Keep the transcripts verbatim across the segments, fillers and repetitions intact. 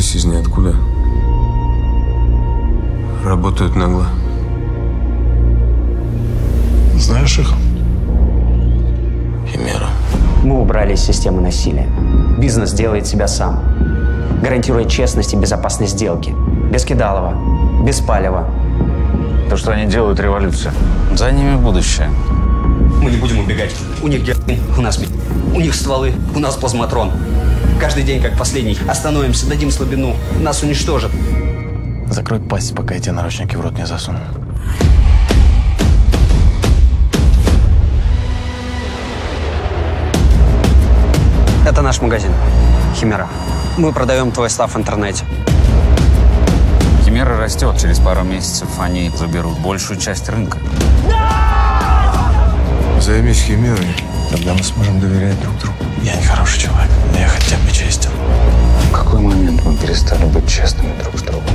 Взялись из ниоткуда. Работают нагло. Знаешь их? Химера. Мы убрали из системы насилия. Бизнес делает себя сам. Гарантирует честность и безопасность сделки. Без кидалова, без палева. То, что они делают, революция. За ними будущее. Мы не будем убегать. У них героин, у нас ми... У них стволы, у нас плазматрон. Каждый день как последний. Остановимся, дадим слабину. Нас уничтожат. Закрой пасть, пока я тебе наручники в рот не засуну. Это наш магазин. Химера. Мы продаем твой став в интернете. Химера растет. Через пару месяцев они заберут большую часть рынка. Займись Химерой. Тогда мы сможем доверять друг другу. Я не хороший человек, но я хотя бы честен. В какой момент мы перестали быть честными друг с другом?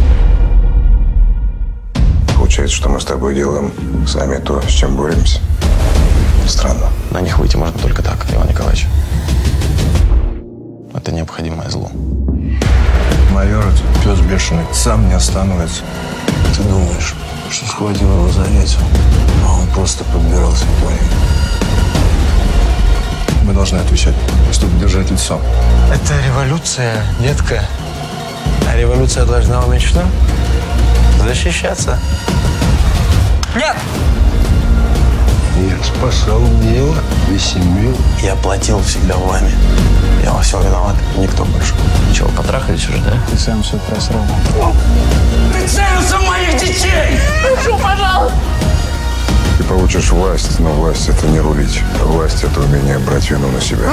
Получается, что мы с тобой делаем сами то, с чем боремся. Странно. На них выйти можно только так, Иван Николаевич. Это необходимое зло. Майор, пес бешеный, сам не остановится. Ты думаешь, что схватил его за яйца, а он просто подбирался к твоим? Мы должны отвечать, чтобы держать лицо. Это революция, детка. А революция должна уметь что? Защищаться. Нет! Я спасал дело и семью. Я платил всегда вами. Я во всем виноват, никто больше. Ничего, потрахались уже, да? Ты сам все просрал. Ты целился в моих детей! Прошу, пожалуйста! Ты получишь власть, но власть — это не рулить. Власть — это умение брать вину на себя.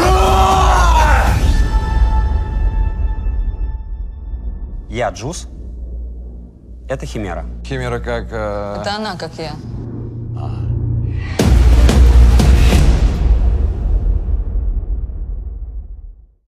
Я Джуз. Это Химера. Химера как... э, Это она, как я.